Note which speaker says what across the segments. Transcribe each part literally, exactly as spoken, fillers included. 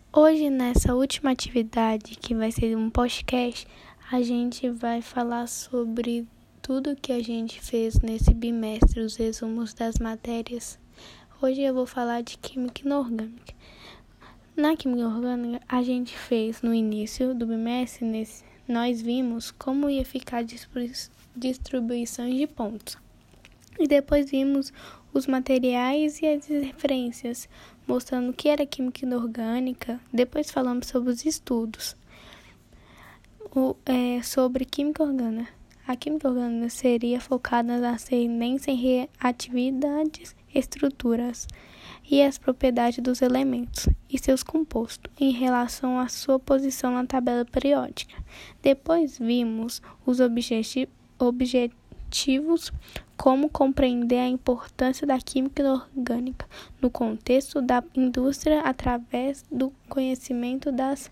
Speaker 1: Hoje, nessa última atividade, que vai ser um podcast, a gente vai falar sobre tudo que a gente fez nesse bimestre, os resumos das matérias. Hoje eu vou falar de Química Inorgânica. Na Química Orgânica, a gente fez no início do bimestre, nesse, nós vimos como ia ficar a distribuição de pontos. E depois vimos os materiais e as referências, mostrando o que era química inorgânica. Depois falamos sobre os estudos o, é, sobre química orgânica. A química orgânica seria focada na ascendência em reatividades, estruturas e as propriedades dos elementos e seus compostos em relação à sua posição na tabela periódica. Depois vimos os objetivos objetivos como compreender a importância da química inorgânica no contexto da indústria através do conhecimento das,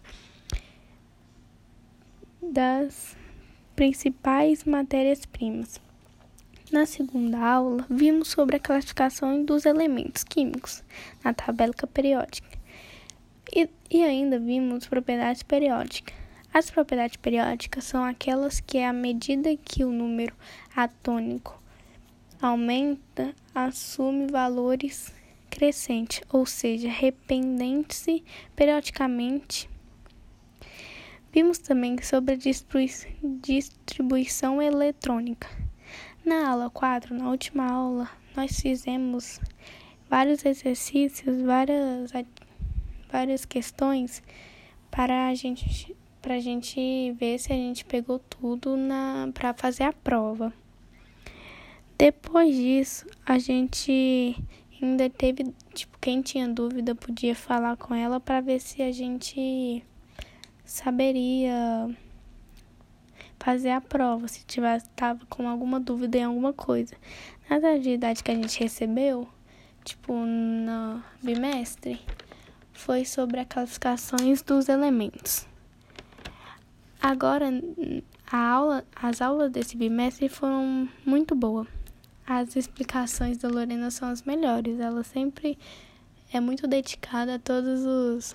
Speaker 1: das principais matérias-primas. Na segunda aula, vimos sobre a classificação dos elementos químicos na tabela periódica e, e ainda vimos propriedades periódicas. As propriedades periódicas são aquelas que, à medida que o número atômico aumenta, assume valores crescentes, ou seja, rependem-se periodicamente. Vimos também sobre a distribuição eletrônica. Na aula quatro, na última aula, nós fizemos vários exercícios, várias, várias questões para a gente... para a gente ver se a gente pegou tudo para fazer a prova. Depois disso, a gente ainda teve, tipo, quem tinha dúvida podia falar com ela para ver se a gente saberia fazer a prova, se tivesse tava com alguma dúvida em alguma coisa. Na atividade que a gente recebeu, tipo, no bimestre, foi sobre as classificações dos elementos. Agora, a aula, as aulas desse bimestre foram muito boas. As explicações da Lorena são as melhores. Ela sempre é muito dedicada a todos os,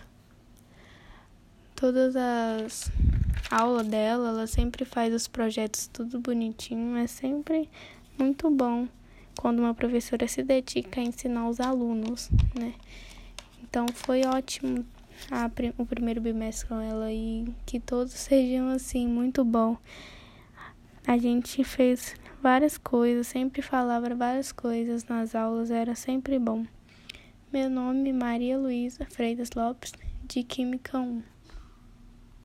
Speaker 1: todas as aulas dela. Ela sempre faz os projetos tudo bonitinho. É sempre muito bom quando uma professora se dedica a ensinar os alunos, né? Então, foi ótimo A, o primeiro bimestre com ela e que todos sejam assim, muito bom. A gente fez várias coisas, sempre falava várias coisas nas aulas, era sempre bom. Meu nome é Maria Luísa Freitas Lopes, de Química um.